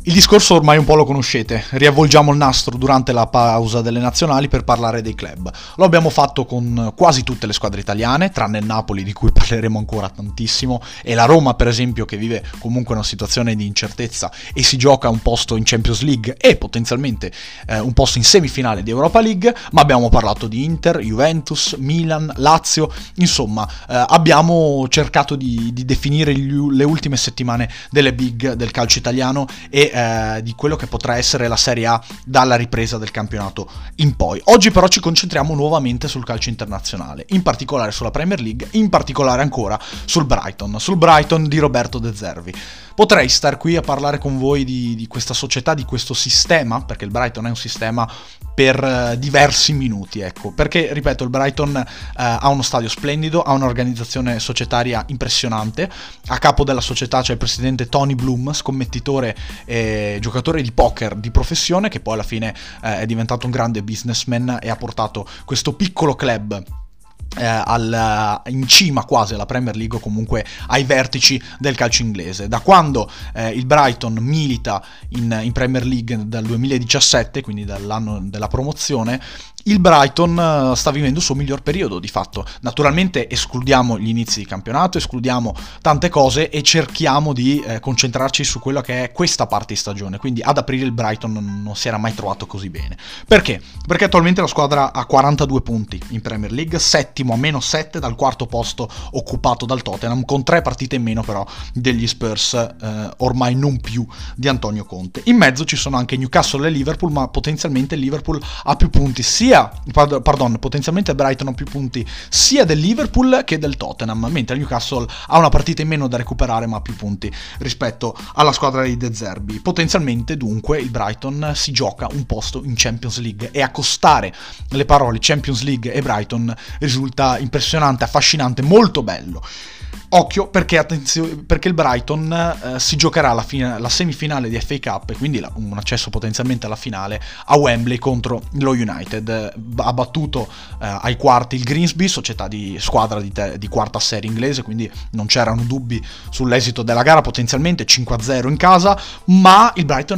Il discorso ormai un po' lo conoscete, riavvolgiamo il nastro durante la pausa delle nazionali per parlare dei club. Lo abbiamo fatto con quasi tutte le squadre italiane, tranne il Napoli di cui parleremo ancora tantissimo, e la Roma per esempio che vive comunque una situazione di incertezza e si gioca un posto in Champions League e potenzialmente un posto in semifinale di Europa League, ma abbiamo parlato di Inter, Juventus, Milan, Lazio, insomma abbiamo cercato di definire le ultime settimane delle big del calcio italiano e di quello che potrà essere la Serie A dalla ripresa del campionato in poi. Oggi però ci concentriamo nuovamente sul calcio internazionale, in particolare sulla Premier League, in particolare ancora sul Brighton di Roberto De Zerbi. Potrei star qui a parlare con voi di questa società, di questo sistema, perché il Brighton è un sistema, per diversi minuti, ecco, perché ripeto il Brighton ha uno stadio splendido, ha un'organizzazione societaria impressionante, a capo della società c'è il presidente Tony Bloom, scommettitore e giocatore di poker di professione, che poi alla fine è diventato un grande businessman e ha portato questo piccolo club in cima quasi alla Premier League o comunque ai vertici del calcio inglese. Da quando il Brighton milita in Premier League dal 2017, quindi dall'anno della promozione, il Brighton sta vivendo il suo miglior periodo di fatto. Naturalmente escludiamo gli inizi di campionato, escludiamo tante cose e cerchiamo di concentrarci su quello che è questa parte di stagione. Quindi ad aprile il Brighton non si era mai trovato così bene. Perché? Perché attualmente la squadra ha 42 punti in Premier League, settimo a meno 7 dal quarto posto occupato dal Tottenham, con 3 partite in meno però degli Spurs, ormai non più di Antonio Conte. In mezzo ci sono anche Newcastle e Liverpool, ma potenzialmente il Liverpool ha più punti potenzialmente il Brighton ha più punti sia del Liverpool che del Tottenham, mentre il Newcastle ha una partita in meno da recuperare ma ha più punti rispetto alla squadra di De Zerbi. Potenzialmente dunque il Brighton si gioca un posto in Champions League e accostare le parole Champions League e Brighton risulta impressionante, affascinante, molto bello. Occhio perché il Brighton si giocherà la semifinale di FA Cup e quindi un accesso potenzialmente alla finale a Wembley contro lo United. Ha battuto ai quarti il Grimsby, squadra di quarta serie inglese, quindi non c'erano dubbi sull'esito della gara, potenzialmente 5-0 in casa, ma il Brighton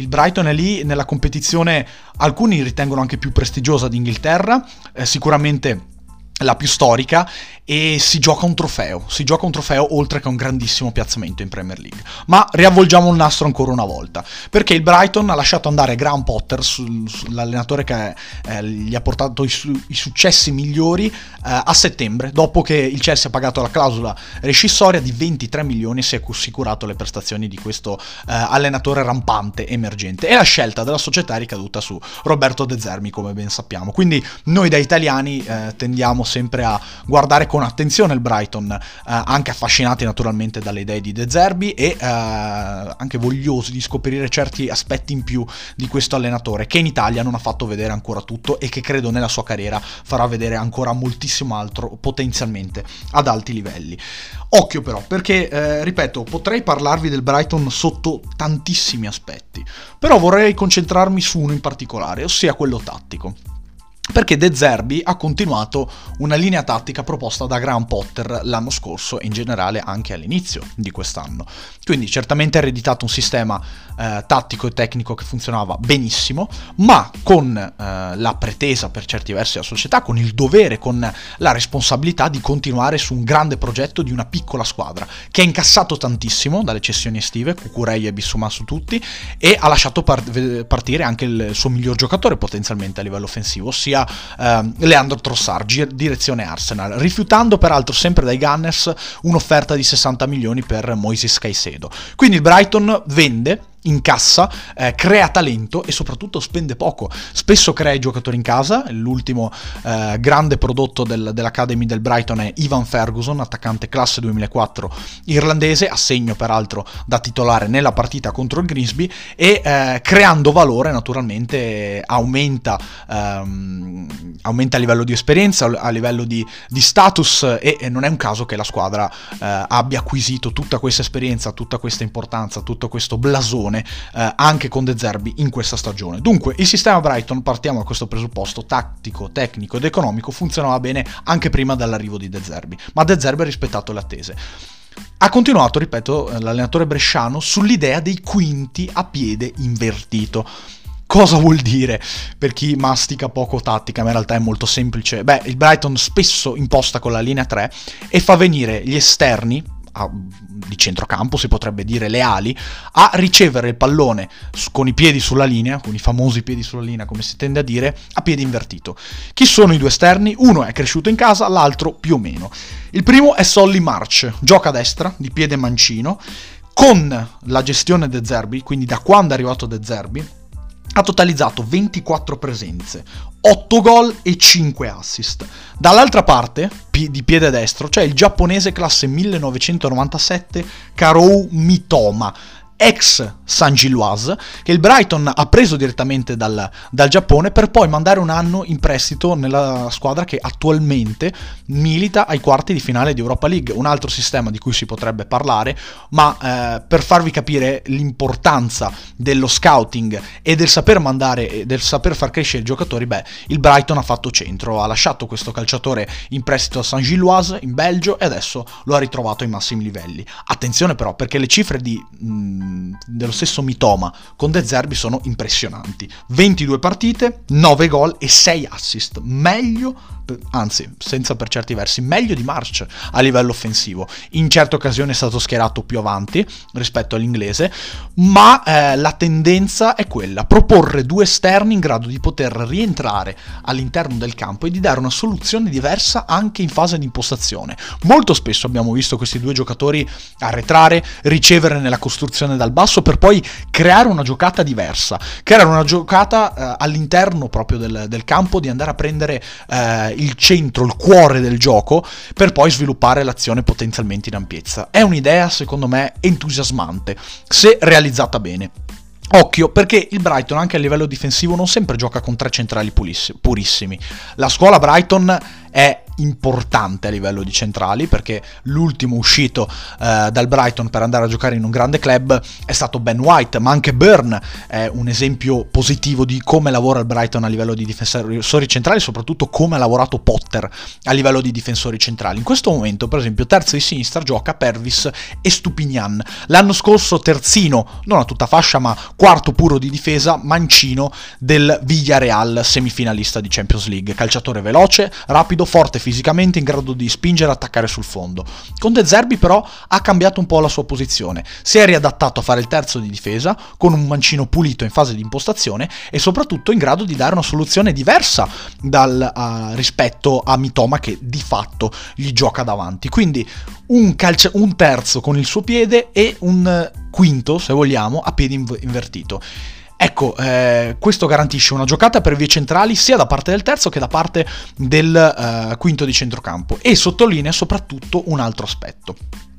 è lì nella competizione, alcuni ritengono anche più prestigiosa d'Inghilterra, sicuramente la più storica, e si gioca un trofeo oltre che un grandissimo piazzamento in Premier League. Ma riavvolgiamo il nastro ancora una volta, perché il Brighton ha lasciato andare Graham Potter, l'allenatore che gli ha portato i successi migliori, a settembre, dopo che il Chelsea ha pagato la clausola rescissoria di 23 milioni e si è assicurato le prestazioni di questo allenatore rampante, emergente, e la scelta della società è ricaduta su Roberto De Zerbi, come ben sappiamo. Quindi noi da italiani tendiamo sempre a guardare con attenzione il Brighton, anche affascinati naturalmente dalle idee di De Zerbi e anche vogliosi di scoprire certi aspetti in più di questo allenatore, che in Italia non ha fatto vedere ancora tutto e che credo nella sua carriera farà vedere ancora moltissimo altro, potenzialmente ad alti livelli. Occhio però, perché ripeto, potrei parlarvi del Brighton sotto tantissimi aspetti, però vorrei concentrarmi su uno in particolare, ossia quello tattico. Perché De Zerbi ha continuato una linea tattica proposta da Graham Potter l'anno scorso e in generale anche all'inizio di quest'anno. Quindi certamente ha ereditato un sistema tattico e tecnico che funzionava benissimo, ma con la pretesa per certi versi della società, con il dovere, con la responsabilità di continuare su un grande progetto di una piccola squadra che ha incassato tantissimo dalle cessioni estive, Cucurella e Bissouma su tutti, e ha lasciato partire anche il suo miglior giocatore potenzialmente a livello offensivo, ossia Leandro Trossard, direzione Arsenal, rifiutando peraltro sempre dai Gunners un'offerta di 60 milioni per Moises Caicedo. Quindi il Brighton vende, incassa, crea talento e soprattutto spende poco. Spesso crea i giocatori in casa. L'ultimo grande prodotto dell'Academy del Brighton è Ivan Ferguson, attaccante classe 2004 irlandese, a segno peraltro da titolare nella partita contro il Grimsby, e creando valore naturalmente aumenta a livello di esperienza, a livello di status, e non è un caso che la squadra abbia acquisito tutta questa esperienza, tutta questa importanza, tutto questo blasone anche con De Zerbi in questa stagione. Dunque il sistema Brighton, partiamo da questo presupposto tattico, tecnico ed economico, funzionava bene anche prima dell'arrivo di De Zerbi, ma De Zerbi ha rispettato le attese. Ha continuato, ripeto, l'allenatore bresciano sull'idea dei quinti a piede invertito. Cosa vuol dire? Per chi mastica poco tattica, ma in realtà è molto semplice. Beh, il Brighton spesso imposta con la linea 3 e fa venire gli esterni, di centrocampo si potrebbe dire le ali, a ricevere il pallone con i piedi sulla linea, con i famosi piedi sulla linea come si tende a dire, a piedi invertito. Chi sono i due esterni? Uno è cresciuto in casa, l'altro più o meno. Il primo è Solly March, gioca a destra, di piede mancino, con la gestione De Zerbi, quindi da quando è arrivato De Zerbi, ha totalizzato 24 presenze, 8 gol e 5 assist. Dall'altra parte, di piede destro, c'è il giapponese classe 1997 Karou Mitoma, ex San Gilloise, che il Brighton ha preso direttamente dal Giappone per poi mandare un anno in prestito nella squadra che attualmente milita ai quarti di finale di Europa League, un altro sistema di cui si potrebbe parlare, ma per farvi capire l'importanza dello scouting e del saper mandare, del saper far crescere i giocatori, beh, il Brighton ha fatto centro, ha lasciato questo calciatore in prestito a San Gilloise in Belgio e adesso lo ha ritrovato ai massimi livelli. Attenzione però, perché le cifre dello stesso Mitoma con De Zerbi sono impressionanti: 22 partite, 9 gol e 6 assist, meglio, anzi senza per certi versi meglio di March a livello offensivo. In certe occasioni è stato schierato più avanti rispetto all'inglese, ma la tendenza è quella: proporre due esterni in grado di poter rientrare all'interno del campo e di dare una soluzione diversa anche in fase di impostazione. Molto spesso abbiamo visto questi due giocatori arretrare, ricevere nella costruzione dal basso per poi creare una giocata diversa, creare una giocata all'interno proprio del campo, di andare a prendere il centro, il cuore del gioco, per poi sviluppare l'azione potenzialmente in ampiezza. È un'idea, secondo me, entusiasmante, se realizzata bene. Occhio, perché il Brighton anche a livello difensivo non sempre gioca con tre centrali purissimi. La scuola Brighton è importante a livello di centrali, perché l'ultimo uscito dal Brighton per andare a giocare in un grande club è stato Ben White, ma anche Byrne è un esempio positivo di come lavora il Brighton a livello di difensori centrali, soprattutto come ha lavorato Potter a livello di difensori centrali. In questo momento, per esempio, terzo di sinistra gioca Pervis e Stupinian. L'anno scorso terzino, non a tutta fascia, ma quarto puro di difesa, mancino del Villarreal, semifinalista di Champions League. Calciatore veloce, rapido, forte fisicamente, in grado di spingere e attaccare sul fondo. Con De Zerbi però ha cambiato un po' la sua posizione, si è riadattato a fare il terzo di difesa con un mancino pulito in fase di impostazione e soprattutto in grado di dare una soluzione diversa rispetto a Mitoma, che di fatto gli gioca davanti. Quindi un terzo con il suo piede e un quinto, se vogliamo, a piedi invertito. Ecco, questo garantisce una giocata per vie centrali sia da parte del terzo che da parte del quinto di centrocampo, e sottolinea soprattutto un altro aspetto.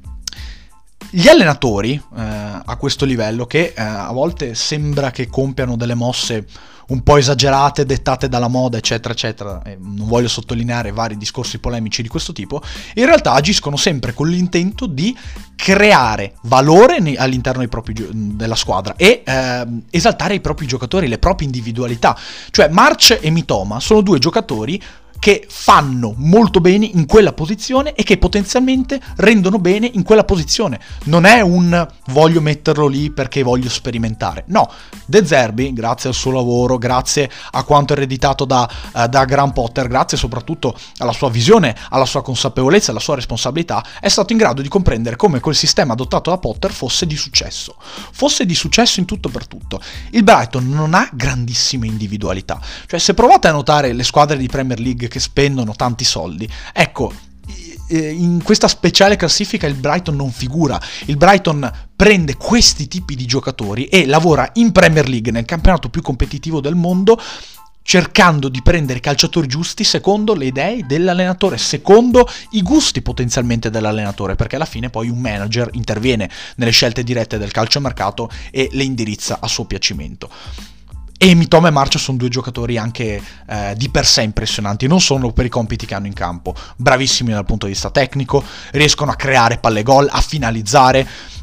Gli allenatori a questo livello, che a volte sembra che compiano delle mosse un po' esagerate, dettate dalla moda, eccetera, eccetera, e non voglio sottolineare vari discorsi polemici di questo tipo, in realtà agiscono sempre con l'intento di creare valore all'interno della squadra e esaltare i propri giocatori, le proprie individualità. Cioè March e Mitoma sono due giocatori che fanno molto bene in quella posizione e che potenzialmente rendono bene in quella posizione. Non è un voglio metterlo lì perché voglio sperimentare. No, De Zerbi, grazie al suo lavoro, grazie a quanto ereditato da Graham Potter, grazie soprattutto alla sua visione, alla sua consapevolezza, alla sua responsabilità, è stato in grado di comprendere come quel sistema adottato da Potter fosse di successo in tutto per tutto. Il Brighton non ha grandissime individualità, cioè se provate a notare le squadre di Premier League che spendono tanti soldi, ecco, in questa speciale classifica il Brighton non figura. Il Brighton prende questi tipi di giocatori e lavora in Premier League, nel campionato più competitivo del mondo, cercando di prendere i calciatori giusti secondo le idee dell'allenatore, secondo i gusti potenzialmente dell'allenatore, perché alla fine poi un manager interviene nelle scelte dirette del calciomercato e le indirizza a suo piacimento. E Mitoma e March sono due giocatori anche di per sé impressionanti, non solo per i compiti che hanno in campo, bravissimi dal punto di vista tecnico, riescono a creare palle gol, a finalizzare,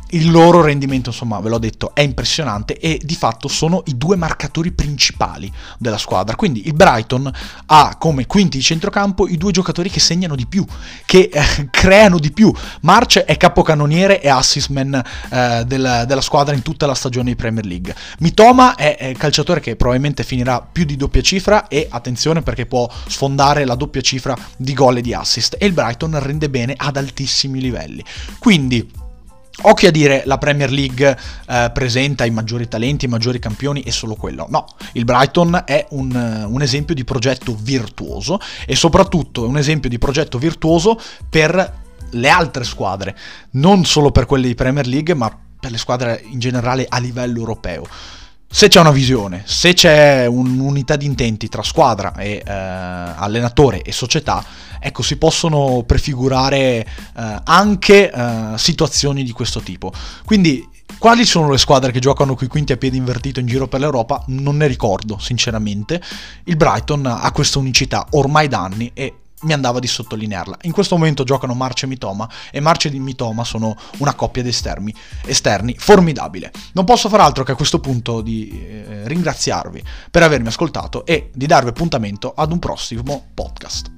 il loro rendimento, insomma, ve l'ho detto, è impressionante e di fatto sono i due marcatori principali della squadra. Quindi il Brighton ha come quinti di centrocampo i due giocatori che segnano di più, che creano di più. March è capocannoniere e assist man della squadra in tutta la stagione di Premier League. Mitoma è calciatore che probabilmente finirà più di doppia cifra e attenzione perché può sfondare la doppia cifra di gol e di assist, e il Brighton rende bene ad altissimi livelli. Quindi occhio a dire la Premier League presenta i maggiori talenti, i maggiori campioni e solo quello. No, il Brighton è un esempio di progetto virtuoso e soprattutto un esempio di progetto virtuoso per le altre squadre, non solo per quelle di Premier League ma per le squadre in generale a livello europeo. Se c'è una visione, se c'è un'unità di intenti tra squadra e allenatore e società, ecco, si possono prefigurare anche situazioni di questo tipo. Quindi, quali sono le squadre che giocano coi quinti a piedi invertito in giro per l'Europa? Non ne ricordo, sinceramente. Il Brighton ha questa unicità ormai da anni e mi andava di sottolinearla. In questo momento giocano March e Mitoma, e March e Mitoma sono una coppia di esterni formidabile. Non posso far altro che a questo punto di ringraziarvi per avermi ascoltato e di darvi appuntamento ad un prossimo podcast.